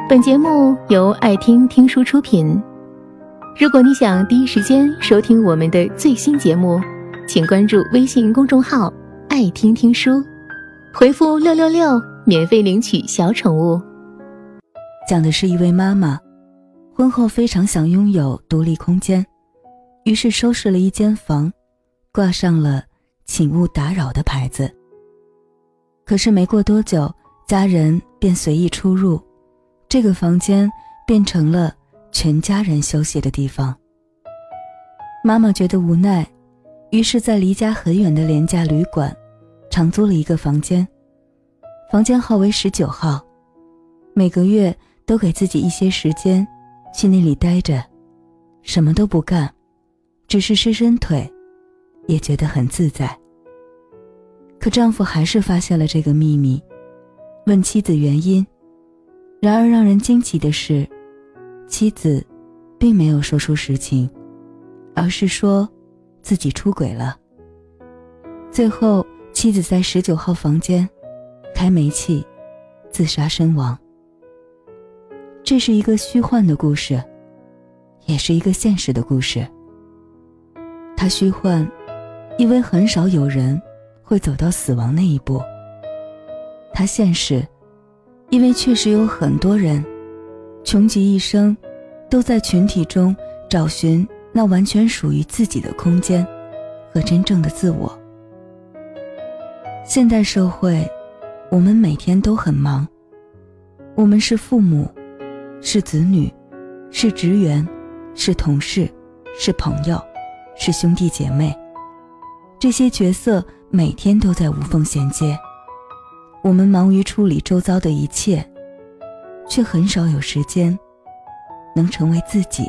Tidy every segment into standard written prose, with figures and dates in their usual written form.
本节目由爱听听书出品。如果你想第一时间收听我们的最新节目，请关注微信公众号爱听听书，回复666免费领取小宠物。 讲的是一位妈妈，婚后非常想拥有独立空间，于是收拾了一间房，挂上了请勿打扰的牌子。可是没过多久，家人便随意出入，这个房间变成了全家人休息的地方。妈妈觉得无奈，于是在离家很远的廉价旅馆长租了一个房间，房间号为19号，每个月都给自己一些时间去那里待着，什么都不干，只是伸伸腿，也觉得很自在。可丈夫还是发现了这个秘密，问妻子原因。然而让人惊奇的是，妻子并没有说出实情，而是说自己出轨了。最后妻子在19号房间开煤气自杀身亡。这是一个虚幻的故事，也是一个现实的故事。它虚幻，因为很少有人会走到死亡那一步。它现实，因为确实有很多人穷极一生都在群体中找寻那完全属于自己的空间和真正的自我。现代社会，我们每天都很忙，我们是父母，是子女，是职员，是同事，是朋友，是兄弟姐妹，这些角色每天都在无缝衔接。我们忙于处理周遭的一切，却很少有时间能成为自己。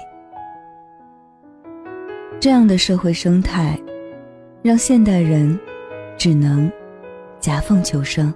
这样的社会生态，让现代人只能夹缝求生。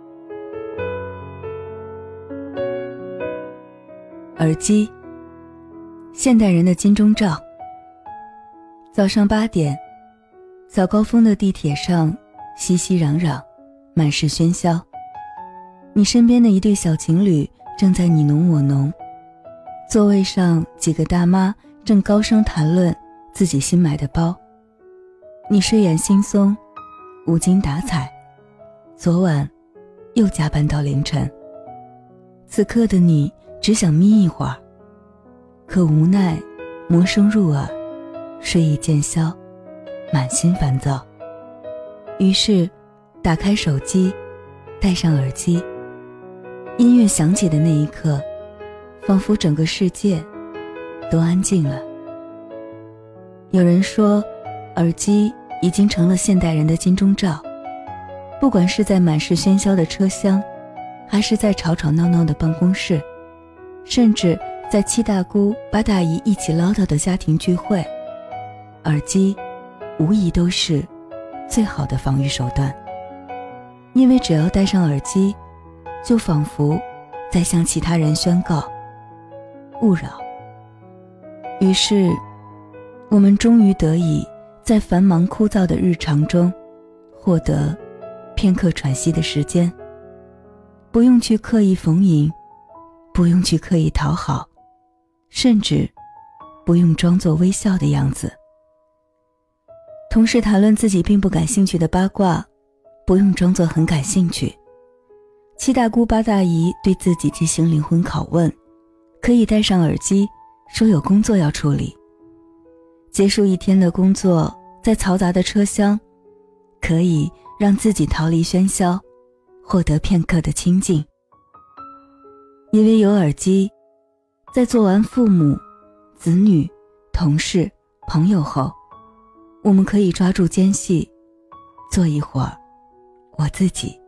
耳机，现代人的金钟罩。早上8点，早高峰的地铁上熙熙攘攘，满是喧嚣。你身边的一对小情侣正在你侬我侬，座位上几个大妈正高声谈论自己新买的包。你睡眼惺忪，无精打采，昨晚又加班到凌晨。此刻的你只想眯一会儿，可无奈魔声入耳，睡意渐消，满心烦躁。于是打开手机，戴上耳机，音乐响起的那一刻，仿佛整个世界都安静了。有人说，耳机已经成了现代人的金钟罩，不管是在满是喧嚣的车厢，还是在吵吵闹闹的办公室，甚至在七大姑八大姨一起唠叨的家庭聚会，耳机无疑都是最好的防御手段。因为只要戴上耳机，就仿佛在向其他人宣告勿扰。于是我们终于得以在繁忙枯燥的日常中获得片刻喘息的时间，不用去刻意逢迎，不用去刻意讨好，甚至不用装作微笑的样子。同事谈论自己并不感兴趣的八卦，不用装作很感兴趣。七大姑八大姨对自己进行灵魂拷问，可以戴上耳机说有工作要处理。结束一天的工作，在嘈杂的车厢，可以让自己逃离喧嚣，获得片刻的清静。因为有耳机，在做完父母、子女、同事、朋友后，我们可以抓住间隙，做一会儿我自己。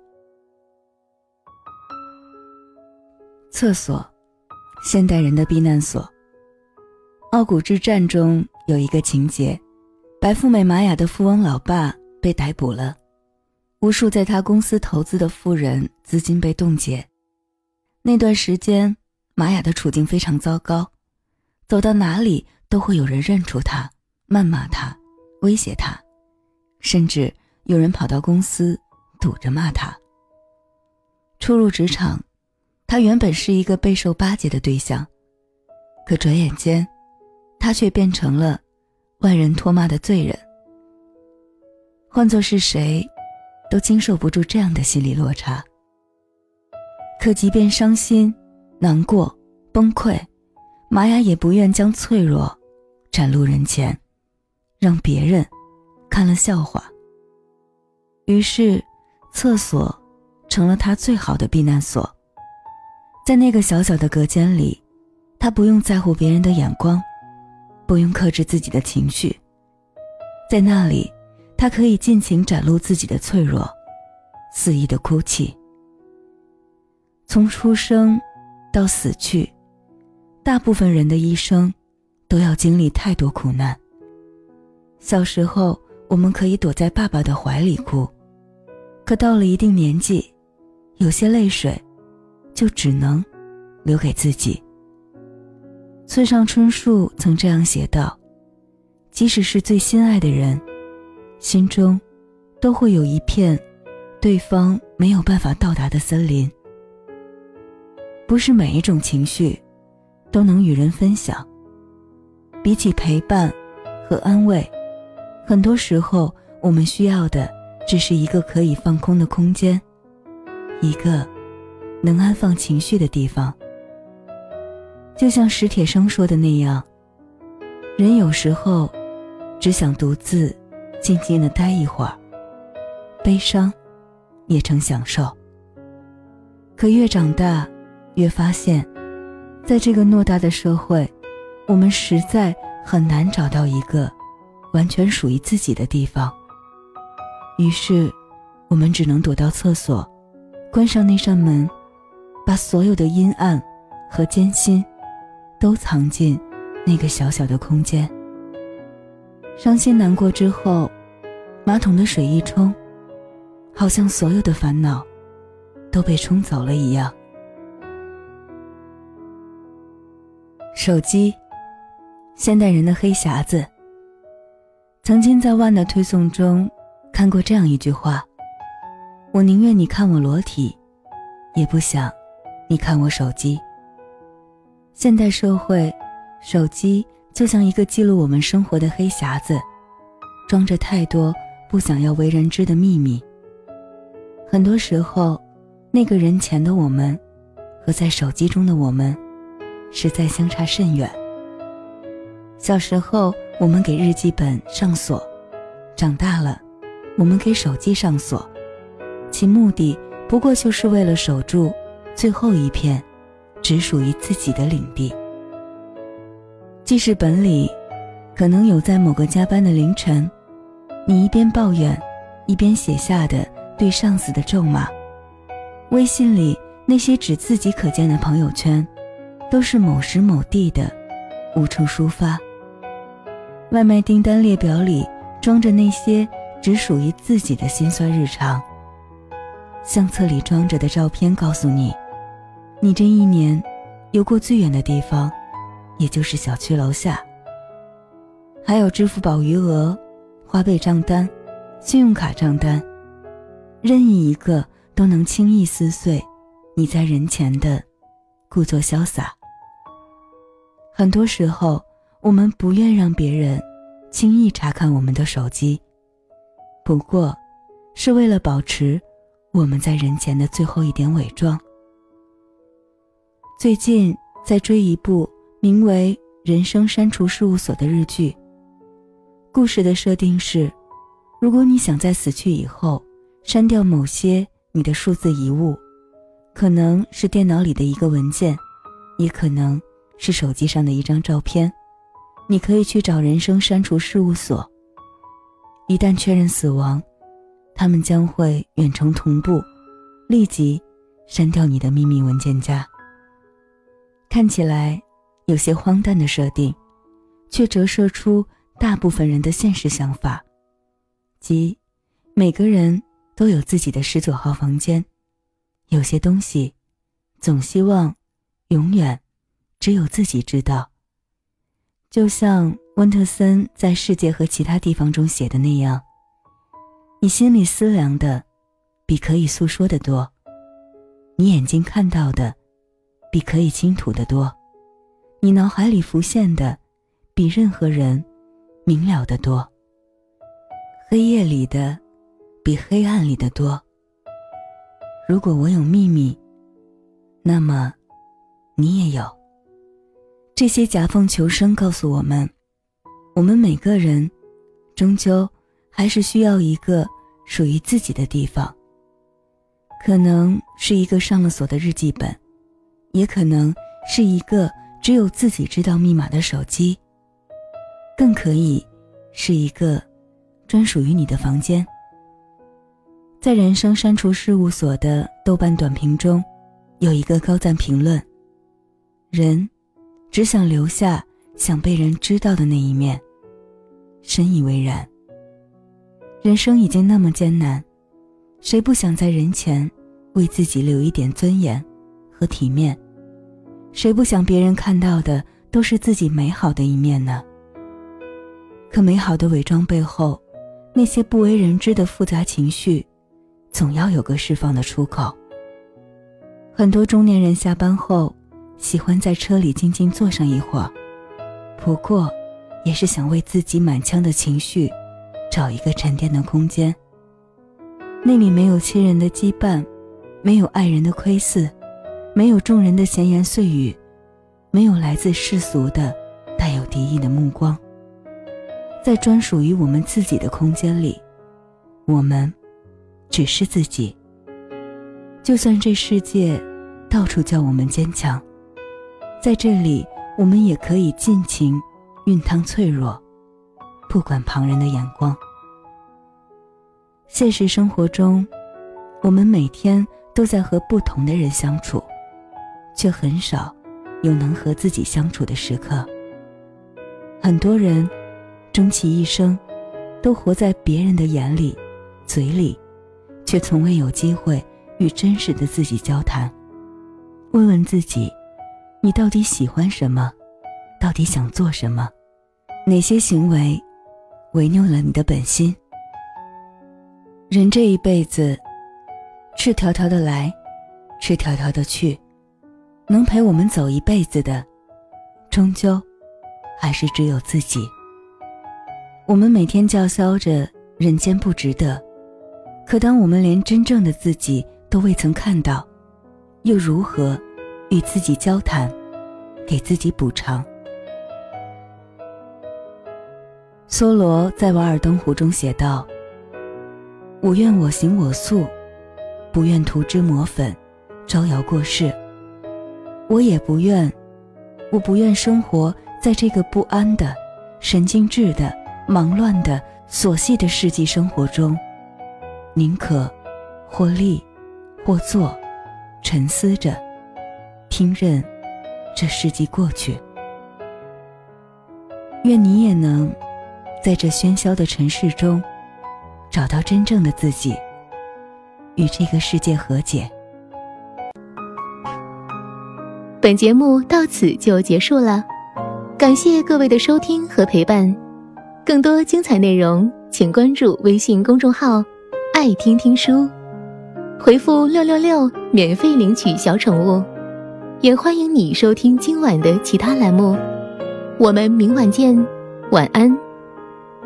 厕所，现代人的避难所。傲骨之战中有一个情节，白富美玛雅的富翁老爸被逮捕了，无数在他公司投资的富人资金被冻结。那段时间，玛雅的处境非常糟糕，走到哪里都会有人认出他，谩骂他，威胁他，甚至有人跑到公司堵着骂他。初入职场， 他原本是一个备受巴结的对象，可转眼间他却变成了万人唾骂的罪人。换作是谁都经受不住这样的心理落差。可即便伤心、难过、崩溃，玛雅也不愿将脆弱展露人前，让别人看了笑话。于是厕所成了他最好的避难所。在那个小小的隔间里，他不用在乎别人的眼光，不用克制自己的情绪。在那里，他可以尽情展露自己的脆弱，肆意的哭泣。从出生到死去，大部分人的一生都要经历太多苦难。小时候，我们可以躲在爸爸的怀里哭，可到了一定年纪，有些泪水就只能留给自己。村上春树曾这样写道，即使是最心爱的人，心中都会有一片对方没有办法到达的森林。不是每一种情绪都能与人分享，比起陪伴和安慰，很多时候我们需要的只是一个可以放空的空间，一个能安放情绪的地方。就像史铁生说的那样，人有时候只想独自静静地待一会儿，悲伤也成享受。可越长大，越发现，在这个偌大的社会，我们实在很难找到一个完全属于自己的地方。于是，我们只能躲到厕所，关上那扇门，把所有的阴暗和艰辛都藏进那个小小的空间。伤心难过之后，马桶的水一冲，好像所有的烦恼都被冲走了一样。手机，现代人的黑匣子。曾经在万的推送中看过这样一句话，我宁愿你看我裸体，也不想你看我手机。现代社会，手机就像一个记录我们生活的黑匣子，装着太多不想要为人知的秘密。很多时候，那个人前的我们和在手机中的我们实在相差甚远。小时候，我们给日记本上锁，长大了，我们给手机上锁，其目的不过就是为了守住最后一片只属于自己的领地。记事本里可能有在某个加班的凌晨，你一边抱怨一边写下的对上司的咒骂。微信里那些只自己可见的朋友圈，都是某时某地的无处抒发。外卖订单列表里装着那些只属于自己的辛酸日常。相册里装着的照片告诉你，你这一年游过最远的地方也就是小区楼下。还有支付宝余额、花呗账单、信用卡账单，任意一个都能轻易撕碎你在人前的故作潇洒。很多时候，我们不愿让别人轻易查看我们的手机，不过是为了保持我们在人前的最后一点伪装。最近在追一部名为《人生删除事务所》的日剧，故事的设定是，如果你想在死去以后删掉某些你的数字遗物，可能是电脑里的一个文件，也可能是手机上的一张照片，你可以去找人生删除事务所。一旦确认死亡，他们将会远程同步，立即删掉你的秘密文件夹。看起来有些荒诞的设定，却折射出大部分人的现实想法，即每个人都有自己的19号房间，有些东西总希望永远只有自己知道。就像温特森在《世界和其他地方》中写的那样，你心里思量的比可以诉说的多，你眼睛看到的比可以倾吐的多，你脑海里浮现的比任何人明了的多，黑夜里的比黑暗里的多。如果我有秘密，那么你也有。这些夹缝求生告诉我们，我们每个人终究还是需要一个属于自己的地方，可能是一个上了锁的日记本，也可能是一个只有自己知道密码的手机，更可以是一个专属于你的房间。在人生删除事务所的豆瓣短评中，有一个高赞评论：人只想留下想被人知道的那一面。深以为然。人生已经那么艰难，谁不想在人前为自己留一点尊严和体面？谁不想别人看到的都是自己美好的一面呢？可美好的伪装背后，那些不为人知的复杂情绪，总要有个释放的出口。很多中年人下班后喜欢在车里静静坐上一会儿，不过也是想为自己满腔的情绪找一个沉淀的空间。那里没有亲人的羁绊，没有爱人的窥伺，没有众人的闲言碎语，没有来自世俗的带有敌意的目光。在专属于我们自己的空间里，我们只是自己。就算这世界到处叫我们坚强，在这里我们也可以尽情熨烫脆弱，不管旁人的眼光。现实生活中，我们每天都在和不同的人相处，却很少有能和自己相处的时刻。很多人终其一生都活在别人的眼里嘴里，却从未有机会与真实的自己交谈。问问自己，你到底喜欢什么？到底想做什么？哪些行为违拗了你的本心？人这一辈子，赤条条的来，赤条条的去，能陪我们走一辈子的，终究还是只有自己。我们每天叫嚣着人间不值得，可当我们连真正的自己都未曾看到，又如何与自己交谈，给自己补偿？梭罗在《瓦尔登湖》中写道：我愿我行我素，不愿涂脂抹粉，招摇过市。我不愿生活在这个不安的、神经质的、忙乱的、琐细的世纪生活中，宁可或立或坐，沉思着，听任这世纪过去。愿你也能在这喧嚣的尘世中找到真正的自己，与这个世界和解。 本节目到此就结束了，感谢各位的收听和陪伴。更多精彩内容请关注微信公众号爱听听书，回复666免费领取小宠物。也欢迎你收听今晚的其他栏目，我们明晚见，晚安。